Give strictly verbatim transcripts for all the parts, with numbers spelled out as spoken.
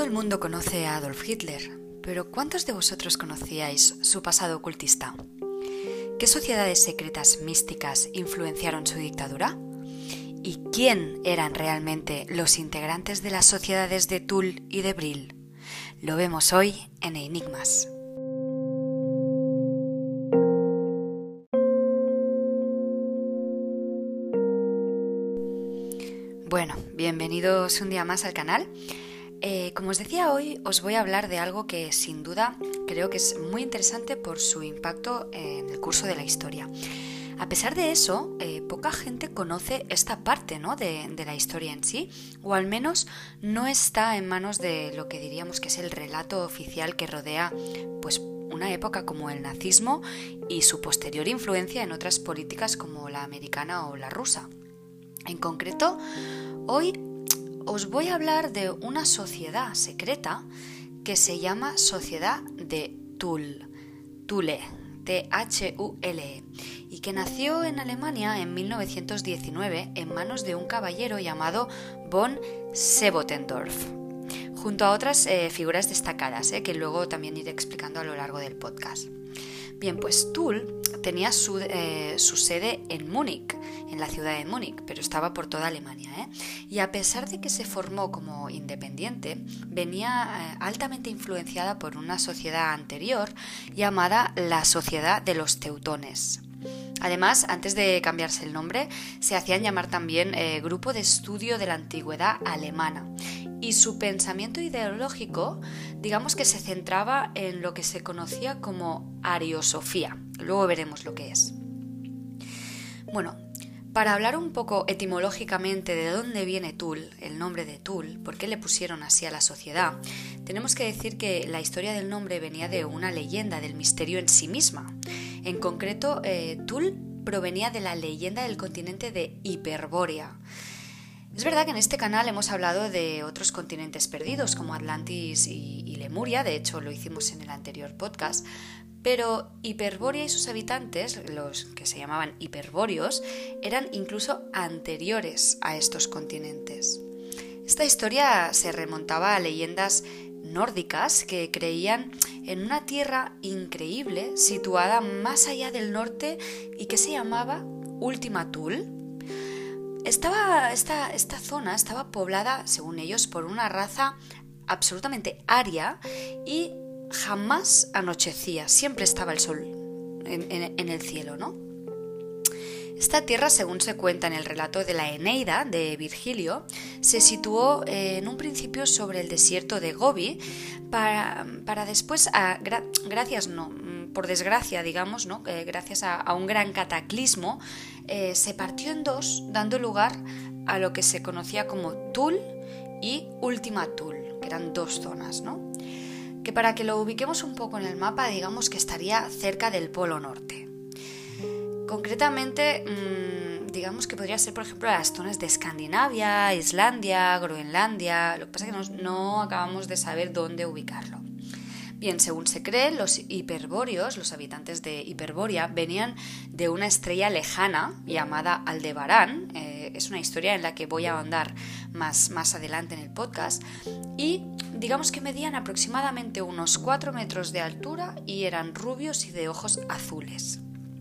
el mundo conoce a Adolf Hitler, pero ¿cuántos de vosotros conocíais su pasado ocultista? ¿Qué sociedades secretas místicas influenciaron su dictadura? ¿Y quién eran realmente los integrantes de las sociedades de Thule y de Brill? Lo vemos hoy en Enigmas. Bueno, bienvenidos un día más al canal. Eh, como os decía, hoy os voy a hablar de algo que sin duda creo que es muy interesante por su impacto en el curso de la historia. A pesar de eso, eh, poca gente conoce esta parte, ¿no?, de, de la historia en sí, o al menos no está en manos de lo que diríamos que es el relato oficial que rodea pues, una época como el nazismo y su posterior influencia en otras políticas como la americana o la rusa. En concreto, hoy os voy a hablar de una sociedad secreta que se llama Sociedad de Thule, Thule, T H U L E, y que nació en Alemania en mil novecientos diecinueve en manos de un caballero llamado von Sebottendorf, junto a otras eh, figuras destacadas, eh, que luego también iré explicando a lo largo del podcast. Bien, pues Thule tenía su, eh, su sede en Múnich, en la ciudad de Múnich, pero estaba por toda Alemania, ¿eh? Y a pesar de que se formó como independiente, venía eh, altamente influenciada por una sociedad anterior llamada la Sociedad de los Teutones. Además, antes de cambiarse el nombre, se hacían llamar también eh, Grupo de Estudio de la Antigüedad Alemana. Y su pensamiento ideológico, digamos que se centraba en lo que se conocía como ariosofía. Luego veremos lo que es. Bueno, para hablar un poco etimológicamente de dónde viene Thule, el nombre de Thule, por qué le pusieron así a la sociedad, tenemos que decir que la historia del nombre venía de una leyenda del misterio en sí misma. En concreto, eh, Thule provenía de la leyenda del continente de Hiperbórea. Es verdad que en este canal hemos hablado de otros continentes perdidos como Atlantis y, y Lemuria, de hecho lo hicimos en el anterior podcast, pero Hiperbórea y sus habitantes, los que se llamaban hiperbóreos, eran incluso anteriores a estos continentes. Esta historia se remontaba a leyendas nórdicas que creían en una tierra increíble situada más allá del norte y que se llamaba Ultima Thule. Estaba, esta, esta zona estaba poblada, según ellos, por una raza absolutamente aria y jamás anochecía, siempre estaba el sol en, en, en el cielo, ¿no? Esta tierra, según se cuenta en el relato de la Eneida de Virgilio, se situó eh, en un principio sobre el desierto de Gobi para, para después, a, gra, gracias no, por desgracia, digamos, ¿no? Eh, gracias a, a un gran cataclismo, eh, se partió en dos, dando lugar a lo que se conocía como Thule y Ultima Thule, que eran dos zonas, ¿no? Que para que lo ubiquemos un poco en el mapa, digamos que estaría cerca del Polo Norte. Concretamente, mmm, digamos que podría ser, por ejemplo, las zonas de Escandinavia, Islandia, Groenlandia. Lo que pasa es que no, no acabamos de saber dónde ubicarlo. Bien, según se cree, los hiperbóreos, los habitantes de Hiperbórea, venían de una estrella lejana llamada Aldebarán. Eh, es una historia en la que voy a ahondar más, más adelante en el podcast. Y digamos que medían aproximadamente unos cuatro metros de altura y eran rubios y de ojos azules.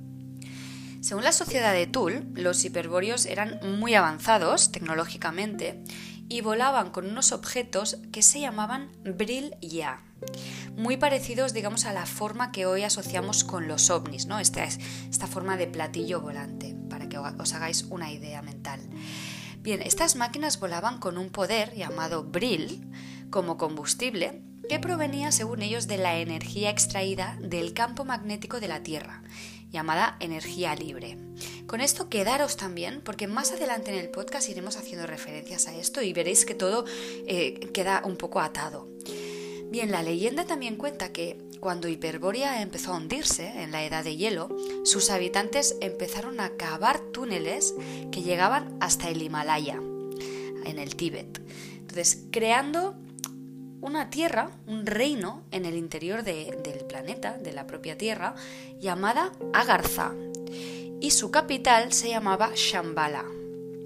Según la sociedad de Thule, los hiperbóreos eran muy avanzados tecnológicamente y volaban con unos objetos que se llamaban Brill-Ya, muy parecidos, digamos, a la forma que hoy asociamos con los ovnis, ¿no? Esta, es, esta forma de platillo volante, para que os hagáis una idea mental. Bien, estas máquinas volaban con un poder llamado Brill como combustible que provenía, según ellos, de la energía extraída del campo magnético de la Tierra, llamada energía libre. Con esto quedaros también, porque más adelante en el podcast iremos haciendo referencias a esto y veréis que todo eh, queda un poco atado. Bien, la leyenda también cuenta que cuando Hiperbórea empezó a hundirse en la edad de hielo, sus habitantes empezaron a cavar túneles que llegaban hasta el Himalaya, en el Tíbet. Entonces, creando una tierra, un reino en el interior de, del planeta, de la propia Tierra, llamada Agartha, y su capital se llamaba Shambhala.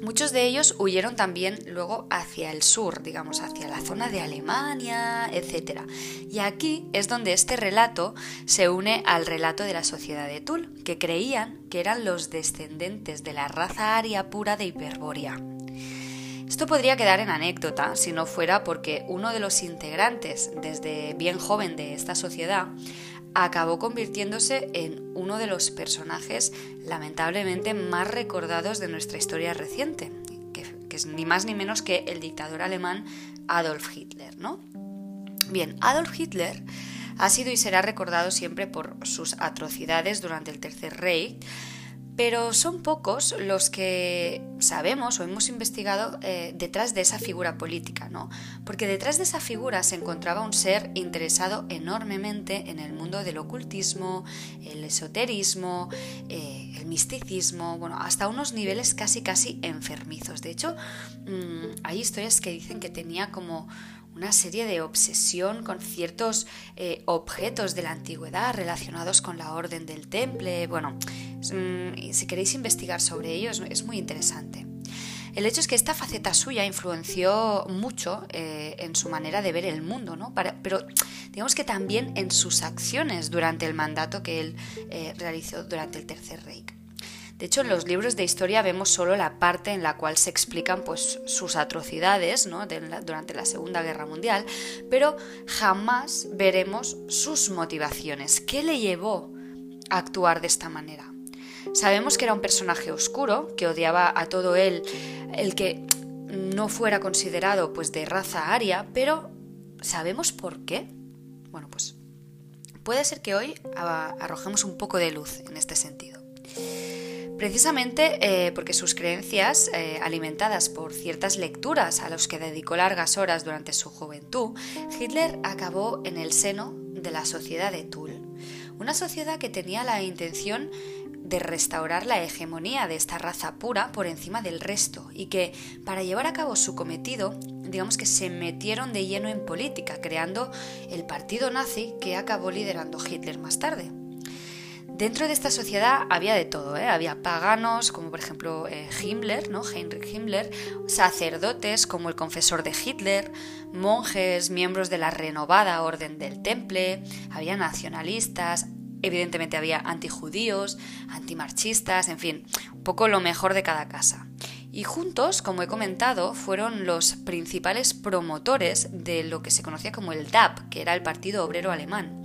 Muchos de ellos huyeron también luego hacia el sur, digamos, hacia la zona de Alemania, etcétera. Y aquí es donde este relato se une al relato de la sociedad de Thule, que creían que eran los descendentes de la raza aria pura de Hiperbórea. Esto podría quedar en anécdota si no fuera porque uno de los integrantes, desde bien joven de esta sociedad, acabó convirtiéndose en uno de los personajes lamentablemente más recordados de nuestra historia reciente, que, que es ni más ni menos que el dictador alemán Adolf Hitler, ¿no? Bien, Adolf Hitler ha sido y será recordado siempre por sus atrocidades durante el Tercer Reich, pero son pocos los que sabemos o hemos investigado eh, detrás de esa figura política, ¿no? Porque detrás de esa figura se encontraba un ser interesado enormemente en el mundo del ocultismo, el esoterismo, eh, el misticismo, bueno, hasta unos niveles casi casi enfermizos. De hecho, mmm, hay historias que dicen que tenía como una serie de obsesión con ciertos eh, objetos de la antigüedad relacionados con la Orden del Temple. Bueno, mmm, si queréis investigar sobre ello es, es muy interesante. El hecho es que esta faceta suya influenció mucho eh, en su manera de ver el mundo, ¿no? Para, pero digamos que también en sus acciones durante el mandato que él eh, realizó durante el Tercer Reich. De hecho, en los libros de historia vemos solo la parte en la cual se explican pues, sus atrocidades, ¿no? de la, durante la Segunda Guerra Mundial, pero jamás veremos sus motivaciones. ¿Qué le llevó a actuar de esta manera? Sabemos que era un personaje oscuro, que odiaba a todo él, el que no fuera considerado pues, de raza aria, pero ¿sabemos por qué? Bueno, pues puede ser que hoy arrojemos un poco de luz en este sentido. Precisamente eh, porque sus creencias, eh, alimentadas por ciertas lecturas a las que dedicó largas horas durante su juventud, Hitler acabó en el seno de la sociedad de Thule, una sociedad que tenía la intención de restaurar la hegemonía de esta raza pura por encima del resto y que, para llevar a cabo su cometido, digamos que se metieron de lleno en política, creando el partido nazi que acabó liderando Hitler más tarde. Dentro de esta sociedad había de todo, ¿eh? Había paganos, como por ejemplo eh, Himmler, ¿no? Heinrich Himmler, sacerdotes como el confesor de Hitler, monjes, miembros de la renovada Orden del Temple, había nacionalistas, evidentemente había antijudíos, antimarchistas, en fin, un poco lo mejor de cada casa. Y juntos, como he comentado, fueron los principales promotores de lo que se conocía como el D A P, que era el Partido Obrero Alemán,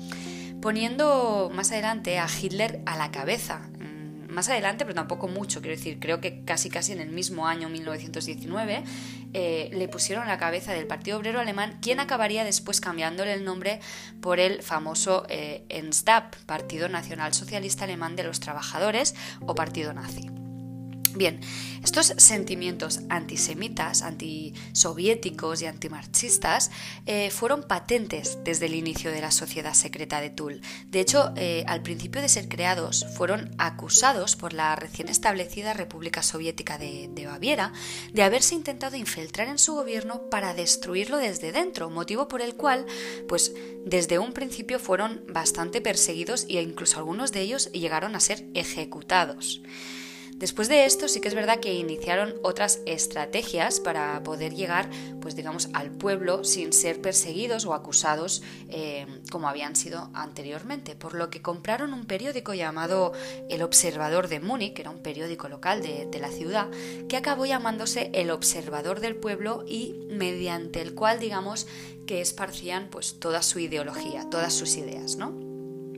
poniendo más adelante a Hitler a la cabeza. Más adelante, pero tampoco mucho, quiero decir, creo que casi casi en el mismo año, mil novecientos diecinueve, eh, le pusieron a la cabeza del Partido Obrero Alemán, quien acabaría después cambiándole el nombre por el famoso eh, N S D A P, Partido Nacional Socialista Alemán de los Trabajadores o Partido Nazi. Bien, estos sentimientos antisemitas, antisoviéticos y antimarxistas eh, fueron patentes desde el inicio de la sociedad secreta de Thule. De hecho, eh, al principio de ser creados, fueron acusados por la recién establecida República Soviética de, de Baviera de haberse intentado infiltrar en su gobierno para destruirlo desde dentro, motivo por el cual, pues, desde un principio fueron bastante perseguidos e incluso algunos de ellos llegaron a ser ejecutados. Después de esto sí que es verdad que iniciaron otras estrategias para poder llegar, pues digamos, al pueblo sin ser perseguidos o acusados eh, como habían sido anteriormente, por lo que compraron un periódico llamado El Observador de Múnich, que era un periódico local de, de la ciudad, que acabó llamándose El Observador del Pueblo y mediante el cual, digamos, que esparcían pues toda su ideología, todas sus ideas, ¿no?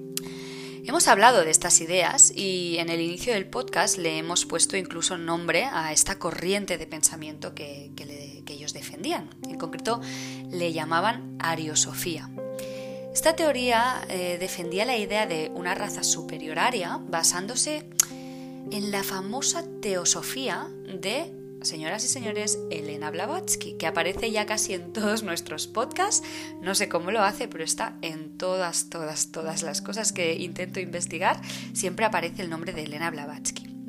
Hemos hablado de estas ideas y en el inicio del podcast le hemos puesto incluso nombre a esta corriente de pensamiento que, que, le, que ellos defendían. En concreto, le llamaban ariosofía. Esta teoría eh, defendía la idea de una raza superior aria basándose en la famosa teosofía de, señoras y señores, Elena Blavatsky, que aparece ya casi en todos nuestros podcasts. No sé cómo lo hace, pero está en todas, todas, todas las cosas que intento investigar. Siempre aparece el nombre de Elena Blavatsky.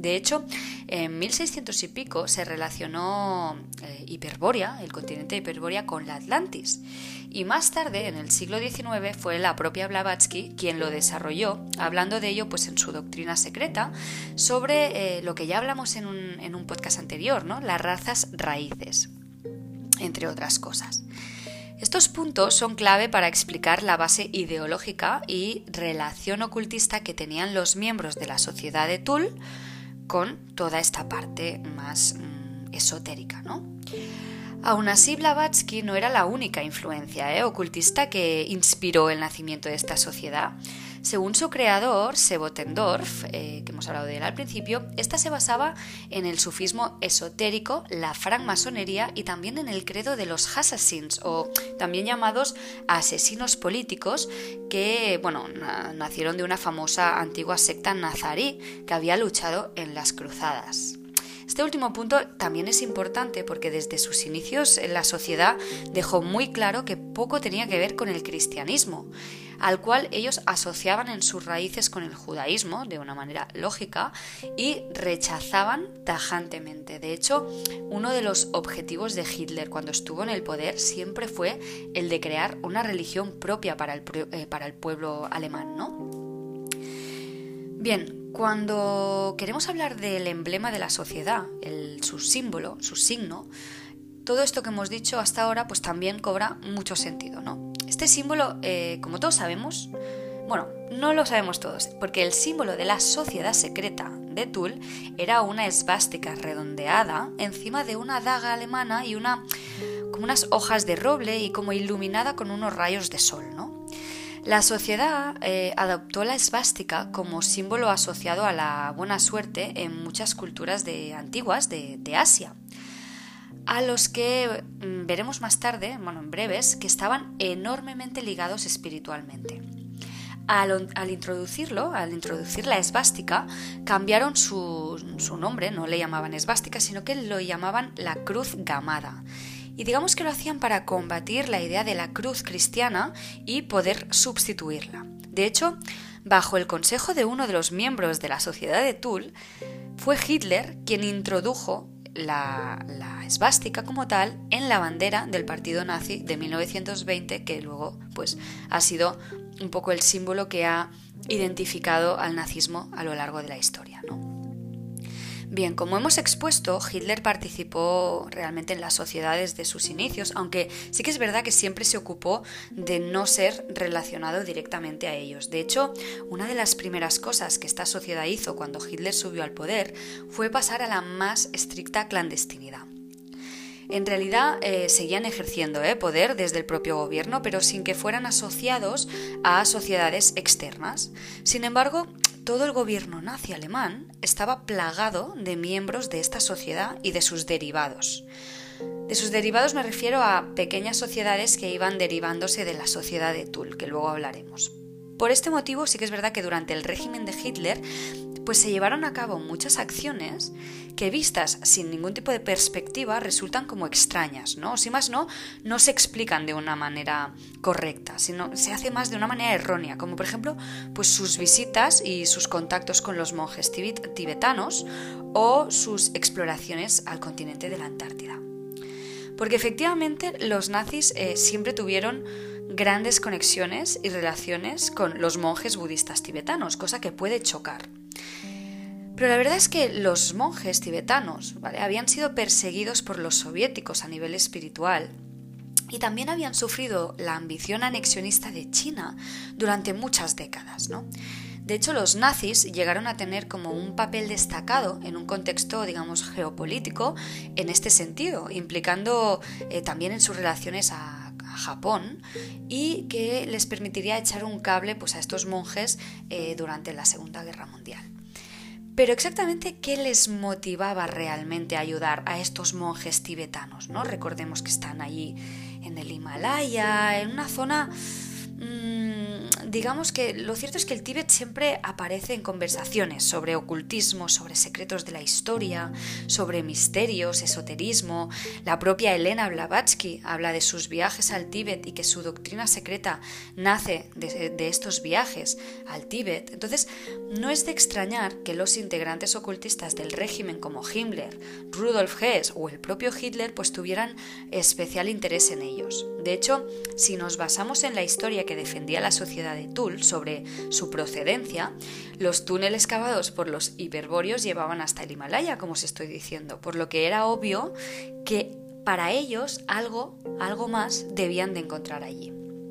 De hecho, en mil seiscientos y pico se relacionó eh, Hiperbórea, el continente de Hiperbórea, con la Atlantis. Y más tarde, en el siglo diecinueve, fue la propia Blavatsky quien lo desarrolló, hablando de ello pues, en su doctrina secreta, sobre eh, lo que ya hablamos en un, en un podcast anterior, ¿no? Las razas raíces, entre otras cosas. Estos puntos son clave para explicar la base ideológica y relación ocultista que tenían los miembros de la sociedad de Thule con toda esta parte más mmm, esotérica, ¿no? Aún así, Blavatsky no era la única influencia ¿eh? ocultista que inspiró el nacimiento de esta sociedad. Según su creador, Sebotendorf, eh, que hemos hablado de él al principio, esta se basaba en el sufismo esotérico, la francmasonería y también en el credo de los Assassins, o también llamados asesinos políticos, que bueno, nacieron de una famosa antigua secta nazarí que había luchado en las cruzadas. Este último punto también es importante porque desde sus inicios en la sociedad dejó muy claro que poco tenía que ver con el cristianismo, al cual ellos asociaban en sus raíces con el judaísmo de una manera lógica y rechazaban tajantemente. De hecho, uno de los objetivos de Hitler cuando estuvo en el poder siempre fue el de crear una religión propia para el, eh, para el pueblo alemán, ¿no? Bien, cuando queremos hablar del emblema de la sociedad, el, su símbolo, su signo, todo esto que hemos dicho hasta ahora pues también cobra mucho sentido, ¿no? Este símbolo, eh, como todos sabemos, bueno, no lo sabemos todos, porque el símbolo de la sociedad secreta de Thule era una esvástica redondeada encima de una daga alemana y una, como unas hojas de roble y como iluminada con unos rayos de sol, ¿no? La sociedad eh, adoptó la esvástica como símbolo asociado a la buena suerte en muchas culturas de, antiguas de, de Asia, a los que mm, veremos más tarde, bueno, en breves, que estaban enormemente ligados espiritualmente. Al, al introducirlo, al introducir la esvástica, cambiaron su, su nombre, no le llamaban esvástica, sino que lo llamaban la cruz gamada. Y digamos que lo hacían para combatir la idea de la cruz cristiana y poder sustituirla. De hecho, bajo el consejo de uno de los miembros de la sociedad de Thule, fue Hitler quien introdujo la, la esvástica como tal en la bandera del partido nazi de mil novecientos veinte, que luego pues, ha sido un poco el símbolo que ha identificado al nazismo a lo largo de la historia, ¿no? Bien, como hemos expuesto, Hitler participó realmente en las sociedades de sus inicios, aunque sí que es verdad que siempre se ocupó de no ser relacionado directamente a ellos. De hecho, una de las primeras cosas que esta sociedad hizo cuando Hitler subió al poder fue pasar a la más estricta clandestinidad. En realidad eh, seguían ejerciendo eh, poder desde el propio gobierno, pero sin que fueran asociados a sociedades externas. Sin embargo, todo el gobierno nazi alemán estaba plagado de miembros de esta sociedad y de sus derivados. De sus derivados me refiero a pequeñas sociedades que iban derivándose de la sociedad de Thule, que luego hablaremos. Por este motivo sí que es verdad que durante el régimen de Hitler pues se llevaron a cabo muchas acciones que vistas sin ningún tipo de perspectiva resultan como extrañas, ¿no? O si más no, no se explican de una manera correcta, sino se hace más de una manera errónea, como por ejemplo pues sus visitas y sus contactos con los monjes tibetanos o sus exploraciones al continente de la Antártida. Porque efectivamente los nazis eh, siempre tuvieron grandes conexiones y relaciones con los monjes budistas tibetanos, cosa que puede chocar. Pero la verdad es que los monjes tibetanos, ¿vale?, habían sido perseguidos por los soviéticos a nivel espiritual y también habían sufrido la ambición anexionista de China durante muchas décadas, ¿no? De hecho, los nazis llegaron a tener como un papel destacado en un contexto, digamos, geopolítico en este sentido, implicando eh, también en sus relaciones a Japón y que les permitiría echar un cable pues, a estos monjes eh, durante la Segunda Guerra Mundial. Pero exactamente qué les motivaba realmente a ayudar a estos monjes tibetanos, ¿no? Recordemos que están allí en el Himalaya, en una zona mmm, digamos que lo cierto es que el Tíbet siempre aparece en conversaciones sobre ocultismo, sobre secretos de la historia, sobre misterios, esoterismo. La propia Elena Blavatsky habla de sus viajes al Tíbet y que su doctrina secreta nace de, de estos viajes al Tíbet. Entonces, no es de extrañar que los integrantes ocultistas del régimen como Himmler, Rudolf Hess o el propio Hitler pues tuvieran especial interés en ellos. De hecho, si nos basamos en la historia que defendía la sociedad de Thule sobre su procedencia, los túneles cavados por los hiperbóreos llevaban hasta el Himalaya, como os estoy diciendo, por lo que era obvio que para ellos algo, algo más debían de encontrar allí.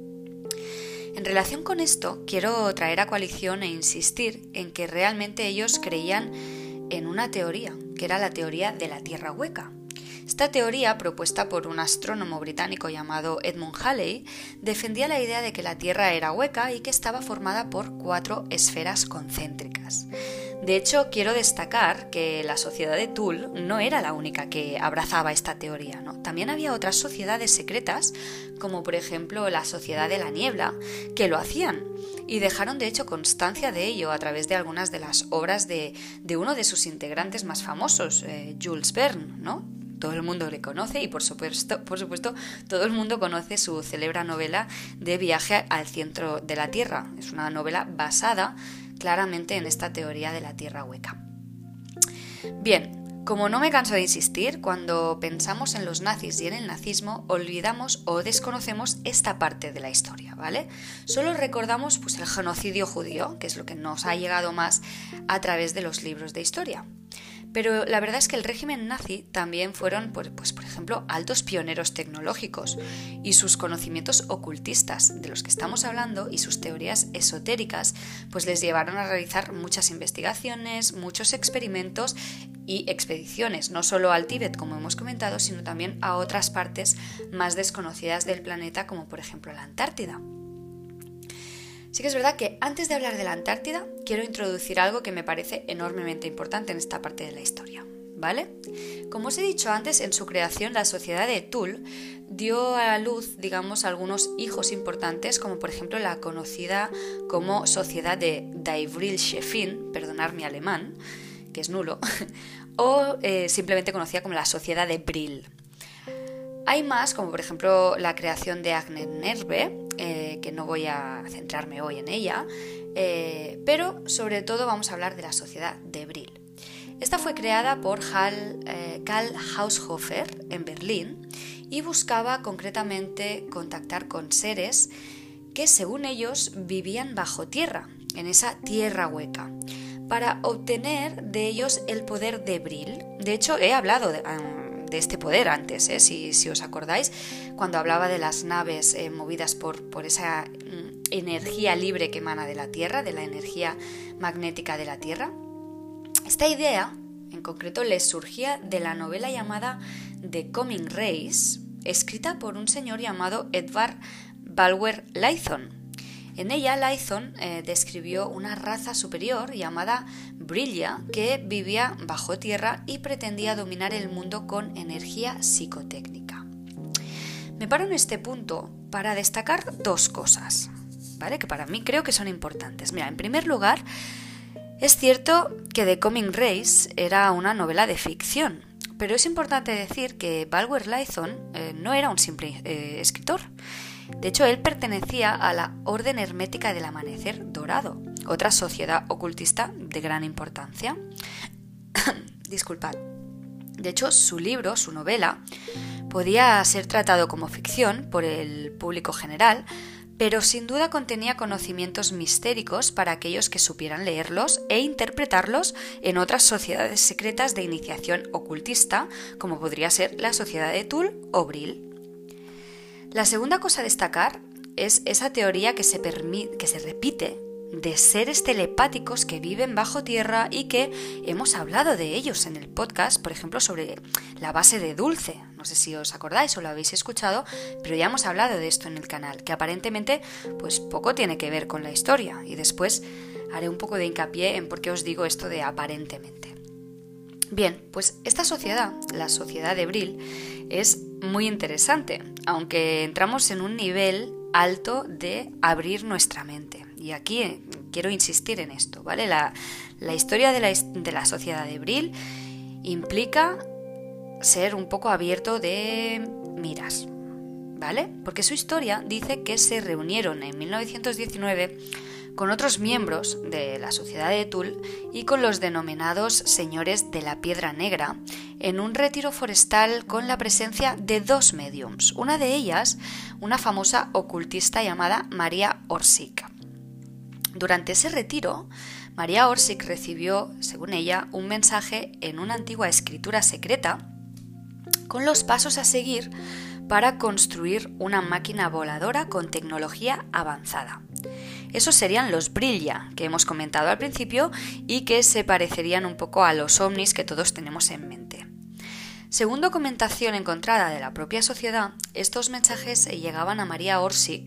En relación con esto, quiero traer a coalición e insistir en que realmente ellos creían en una teoría, que era la teoría de la Tierra hueca. Esta teoría, propuesta por un astrónomo británico llamado Edmund Halley, defendía la idea de que la Tierra era hueca y que estaba formada por cuatro esferas concéntricas. De hecho, quiero destacar que la sociedad de Thule no era la única que abrazaba esta teoría, ¿no? También había otras sociedades secretas, como por ejemplo la Sociedad de la Niebla, que lo hacían y dejaron de hecho constancia de ello a través de algunas de las obras de, de uno de sus integrantes más famosos, eh, Jules Verne, ¿no? Todo el mundo le conoce y por supuesto, por supuesto todo el mundo conoce su célebre novela de Viaje al centro de la Tierra. Es una novela basada claramente en esta teoría de la Tierra hueca. Bien, como no me canso de insistir, cuando pensamos en los nazis y en el nazismo olvidamos o desconocemos esta parte de la historia, ¿vale? Solo recordamos pues, el genocidio judío, que es lo que nos ha llegado más a través de los libros de historia. Pero la verdad es que el régimen nazi también fueron, pues, pues, por ejemplo, altos pioneros tecnológicos y sus conocimientos ocultistas de los que estamos hablando y sus teorías esotéricas pues les llevaron a realizar muchas investigaciones, muchos experimentos y expediciones, no solo al Tíbet, como hemos comentado, sino también a otras partes más desconocidas del planeta, como por ejemplo la Antártida. Sí que es verdad que antes de hablar de la Antártida, quiero introducir algo que me parece enormemente importante en esta parte de la historia, ¿vale? Como os he dicho antes, en su creación la sociedad de Thule dio a la luz, digamos, algunos hijos importantes, como por ejemplo la conocida como Sociedad de Deivrilschefin, perdonar mi alemán, que es nulo, o eh, simplemente conocida como la Sociedad de Brill. Hay más, como por ejemplo la creación de Agnes Nerve, eh, que no voy a centrarme hoy en ella, eh, pero sobre todo vamos a hablar de la Sociedad de Brill. Esta fue creada por Hal, eh, Karl Haushofer en Berlín y buscaba concretamente contactar con seres que, según ellos, vivían bajo tierra, en esa tierra hueca, para obtener de ellos el poder de Brill. De hecho, he hablado de... Um, de este poder antes, ¿eh? si, si os acordáis, cuando hablaba de las naves eh, movidas por, por esa mm, energía libre que emana de la Tierra, de la energía magnética de la Tierra. Esta idea, en concreto, les surgía de la novela llamada The Coming Race, escrita por un señor llamado Edward Bulwer Lytton. En ella, Lytton eh, describió una raza superior llamada Brillia que vivía bajo tierra y pretendía dominar el mundo con energía psicotécnica. Me paro en este punto para destacar dos cosas, ¿vale? Que para mí creo que son importantes. Mira, en primer lugar, es cierto que The Coming Race era una novela de ficción, pero es importante decir que Bulwer Lytton eh, no era un simple eh, escritor. De hecho, él pertenecía a la Orden Hermética del Amanecer Dorado, otra sociedad ocultista de gran importancia. Disculpad. De hecho, su libro, su novela, podía ser tratado como ficción por el público general, pero sin duda contenía conocimientos mistéricos para aquellos que supieran leerlos e interpretarlos en otras sociedades secretas de iniciación ocultista, como podría ser la Sociedad de Thule o Brill. La segunda cosa a destacar es esa teoría que se, permite, que se repite de seres telepáticos que viven bajo tierra y que hemos hablado de ellos en el podcast, por ejemplo, sobre la base de Dulce. No sé si os acordáis o lo habéis escuchado, pero ya hemos hablado de esto en el canal, que aparentemente pues poco tiene que ver con la historia, y después haré un poco de hincapié en por qué os digo esto de aparentemente. Bien, pues esta sociedad, la Sociedad de Brill, es muy interesante, aunque entramos en un nivel alto de abrir nuestra mente. Y aquí eh, quiero insistir en esto, ¿vale? La, la historia de la, de la sociedad de Brill implica ser un poco abierto de miras, ¿vale? Porque su historia dice que se reunieron en mil novecientos diecinueve con otros miembros de la sociedad de Tull y con los denominados señores de la Piedra Negra en un retiro forestal con la presencia de dos médiums, una de ellas una famosa ocultista llamada Maria Orsic. Durante ese retiro, Maria Orsic recibió, según ella, un mensaje en una antigua escritura secreta con los pasos a seguir para construir una máquina voladora con tecnología avanzada. Esos serían los Brillia, que hemos comentado al principio y que se parecerían un poco a los ovnis que todos tenemos en mente. Según documentación encontrada de la propia sociedad, estos mensajes llegaban a Maria Orsic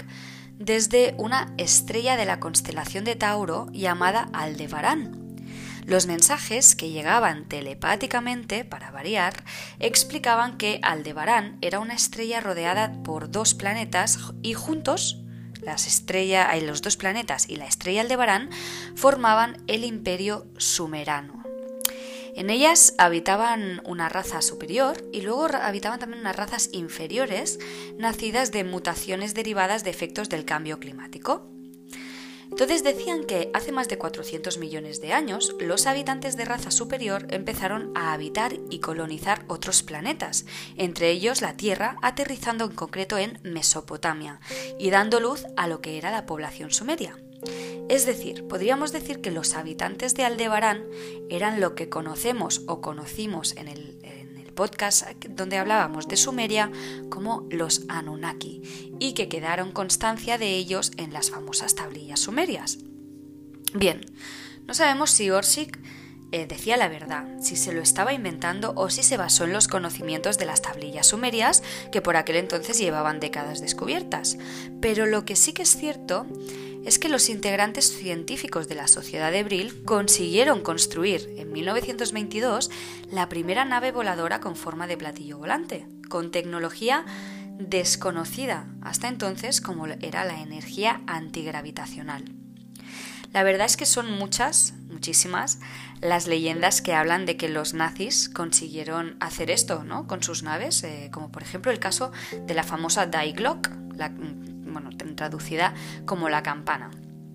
desde una estrella de la constelación de Tauro llamada Aldebarán. Los mensajes, que llegaban telepáticamente, para variar, explicaban que Aldebarán era una estrella rodeada por dos planetas y juntos, las estrellas, los dos planetas y la estrella Aldebarán, formaban el Imperio Sumerano. En ellas habitaban una raza superior y luego habitaban también unas razas inferiores nacidas de mutaciones derivadas de efectos del cambio climático. Entonces decían que hace más de cuatrocientos millones de años los habitantes de raza superior empezaron a habitar y colonizar otros planetas, entre ellos la Tierra, aterrizando en concreto en Mesopotamia y dando luz a lo que era la población sumeria. Es decir, podríamos decir que los habitantes de Aldebarán eran lo que conocemos o conocimos en el, en el podcast donde hablábamos de Sumeria como los Anunnaki, y que quedaron constancia de ellos en las famosas tablillas sumerias. Bien, no sabemos si Orsic eh, decía la verdad, si se lo estaba inventando o si se basó en los conocimientos de las tablillas sumerias que por aquel entonces llevaban décadas descubiertas. Pero lo que sí que es cierto es que los integrantes científicos de la Sociedad de Brill consiguieron construir en mil novecientos veintidós la primera nave voladora con forma de platillo volante, con tecnología desconocida hasta entonces como era la energía antigravitacional. La verdad es que son muchas, muchísimas, las leyendas que hablan de que los nazis consiguieron hacer esto, ¿no?, con sus naves, eh, como por ejemplo el caso de la famosa Die Glocke, la, bueno, traducida como la campana.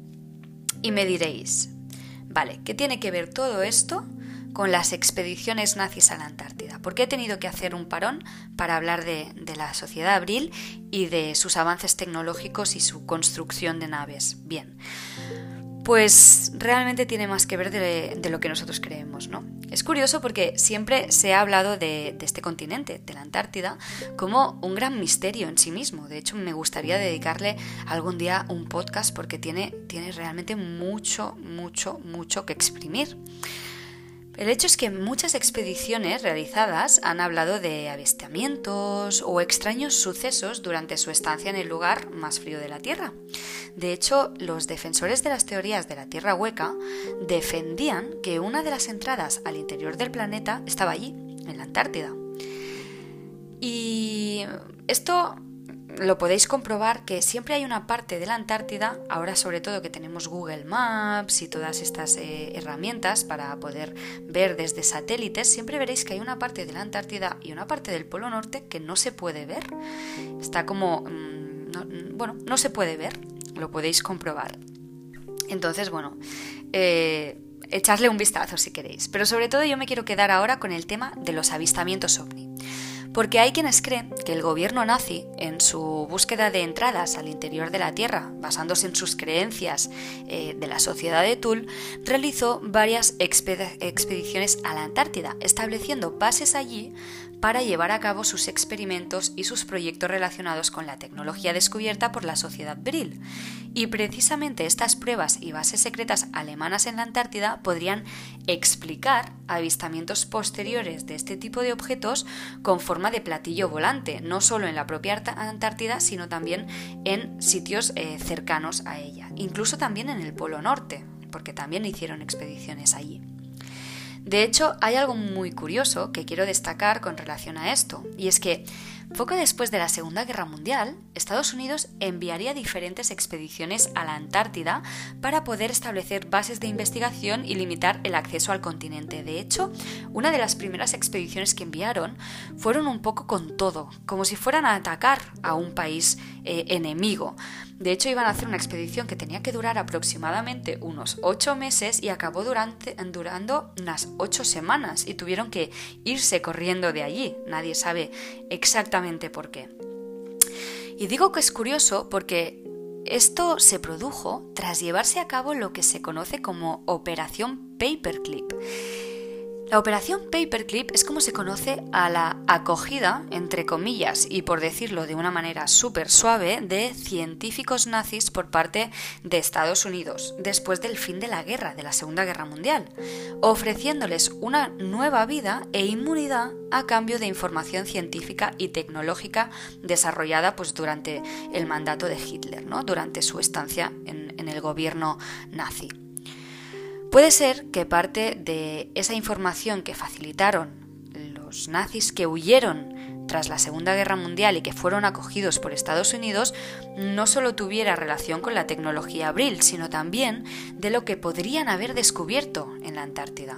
Y me diréis, vale, ¿qué tiene que ver todo esto con las expediciones nazis a la Antártida? ¿Por qué he tenido que hacer un parón para hablar de, de la sociedad Brill y de sus avances tecnológicos y su construcción de naves? Bien, pues realmente tiene más que ver de, de lo que nosotros creemos, ¿no? Es curioso porque siempre se ha hablado de, de este continente, de la Antártida, como un gran misterio en sí mismo. De hecho, me gustaría dedicarle algún día un podcast porque tiene, tiene realmente mucho, mucho, mucho que exprimir. El hecho es que muchas expediciones realizadas han hablado de avistamientos o extraños sucesos durante su estancia en el lugar más frío de la Tierra. De hecho, los defensores de las teorías de la Tierra hueca defendían que una de las entradas al interior del planeta estaba allí, en la Antártida. Y esto lo podéis comprobar, que siempre hay una parte de la Antártida, ahora sobre todo que tenemos Google Maps y todas estas eh, herramientas para poder ver desde satélites, siempre veréis que hay una parte de la Antártida y una parte del Polo Norte que no se puede ver. Está como... Mmm, no, bueno, no se puede ver, lo podéis comprobar. Entonces, bueno, eh, echadle un vistazo si queréis. Pero sobre todo yo me quiero quedar ahora con el tema de los avistamientos ovni. Porque hay quienes creen que el gobierno nazi, en su búsqueda de entradas al interior de la Tierra, basándose en sus creencias eh, de la sociedad de Tull, realizó varias exped- expediciones a la Antártida, estableciendo bases allí para llevar a cabo sus experimentos y sus proyectos relacionados con la tecnología descubierta por la sociedad Brill. Y precisamente estas pruebas y bases secretas alemanas en la Antártida podrían explicar avistamientos posteriores de este tipo de objetos con forma de platillo volante, no solo en la propia Antártida, sino también en sitios eh, cercanos a ella, incluso también en el Polo Norte, porque también hicieron expediciones allí. De hecho, hay algo muy curioso que quiero destacar con relación a esto, y es que Poco después de la Segunda Guerra Mundial, Estados Unidos enviaría diferentes expediciones a la Antártida para poder establecer bases de investigación y limitar el acceso al continente. De hecho, una de las primeras expediciones que enviaron fueron un poco con todo, como si fueran a atacar a un país eh, enemigo. De hecho, iban a hacer una expedición que tenía que durar aproximadamente unos ocho meses y acabó durante, durando unas ocho semanas y tuvieron que irse corriendo de allí. Nadie sabe exactamente por qué. Y digo que es curioso porque esto se produjo tras llevarse a cabo lo que se conoce como Operación Paperclip. La operación Paperclip es como se conoce a la acogida, entre comillas, y por decirlo de una manera súper suave, de científicos nazis por parte de Estados Unidos, después del fin de la guerra, de la Segunda Guerra Mundial, ofreciéndoles una nueva vida e inmunidad a cambio de información científica y tecnológica desarrollada pues, durante el mandato de Hitler, ¿no? Durante su estancia en, en el gobierno nazi. Puede ser que parte de esa información que facilitaron los nazis que huyeron tras la Segunda Guerra Mundial y que fueron acogidos por Estados Unidos no solo tuviera relación con la tecnología Abril, sino también de lo que podrían haber descubierto en la Antártida.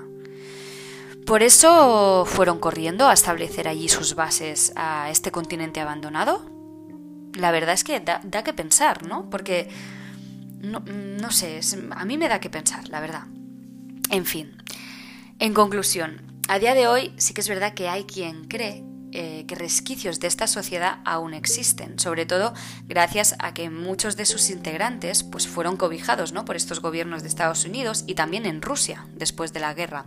Por eso fueron corriendo a establecer allí sus bases a este continente abandonado. La verdad es que da, da que pensar, ¿no? Porque, no, no sé, es, a mí me da que pensar, la verdad. En fin, en conclusión, a día de hoy sí que es verdad que hay quien cree eh, que resquicios de esta sociedad aún existen, sobre todo gracias a que muchos de sus integrantes pues, fueron cobijados, ¿no? por estos gobiernos de Estados Unidos y también en Rusia después de la guerra.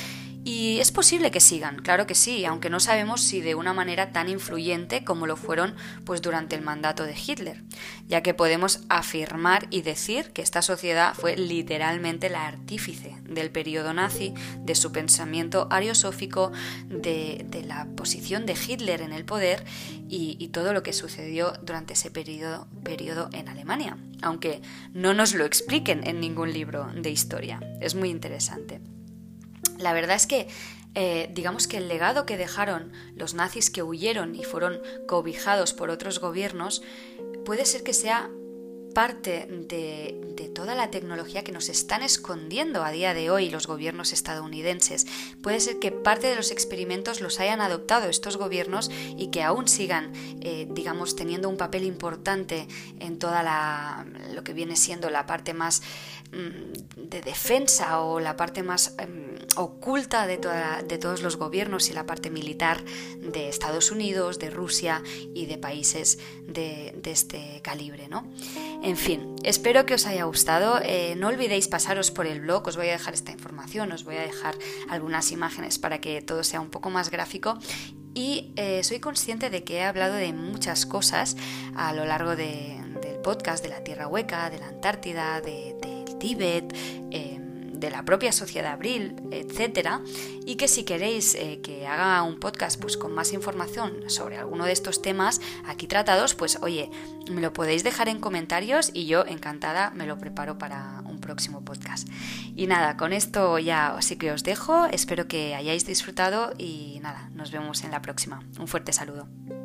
Y es posible que sigan, claro que sí, aunque no sabemos si de una manera tan influyente como lo fueron pues, durante el mandato de Hitler, ya que podemos afirmar y decir que esta sociedad fue literalmente la artífice del periodo nazi, de su pensamiento ariosófico, de, de la posición de Hitler en el poder y, y todo lo que sucedió durante ese periodo, periodo en Alemania, aunque no nos lo expliquen en ningún libro de historia. Es muy interesante. La verdad es que, eh, digamos que el legado que dejaron los nazis que huyeron y fueron cobijados por otros gobiernos puede ser que sea parte de, de toda la tecnología que nos están escondiendo a día de hoy los gobiernos estadounidenses. Puede ser que parte de los experimentos los hayan adoptado estos gobiernos y que aún sigan, eh, digamos, teniendo un papel importante en toda la, lo que viene siendo la parte más mm, de defensa o la parte más mm, oculta de, toda, de todos los gobiernos y la parte militar de Estados Unidos, de Rusia y de países de, de este calibre, ¿no? En fin, espero que os haya gustado. Eh, no olvidéis pasaros por el blog, os voy a dejar esta información, os voy a dejar algunas imágenes para que todo sea un poco más gráfico. Y eh, soy consciente de que he hablado de muchas cosas a lo largo de, del podcast, de la Tierra Hueca, de la Antártida, de, del Tíbet, eh, de la propia Sociedad Abril, etcétera, y que si queréis eh, que haga un podcast pues, con más información sobre alguno de estos temas aquí tratados, pues oye, me lo podéis dejar en comentarios y yo encantada me lo preparo para un próximo podcast. Y nada, con esto ya sí que os dejo, espero que hayáis disfrutado y nada, nos vemos en la próxima. Un fuerte saludo.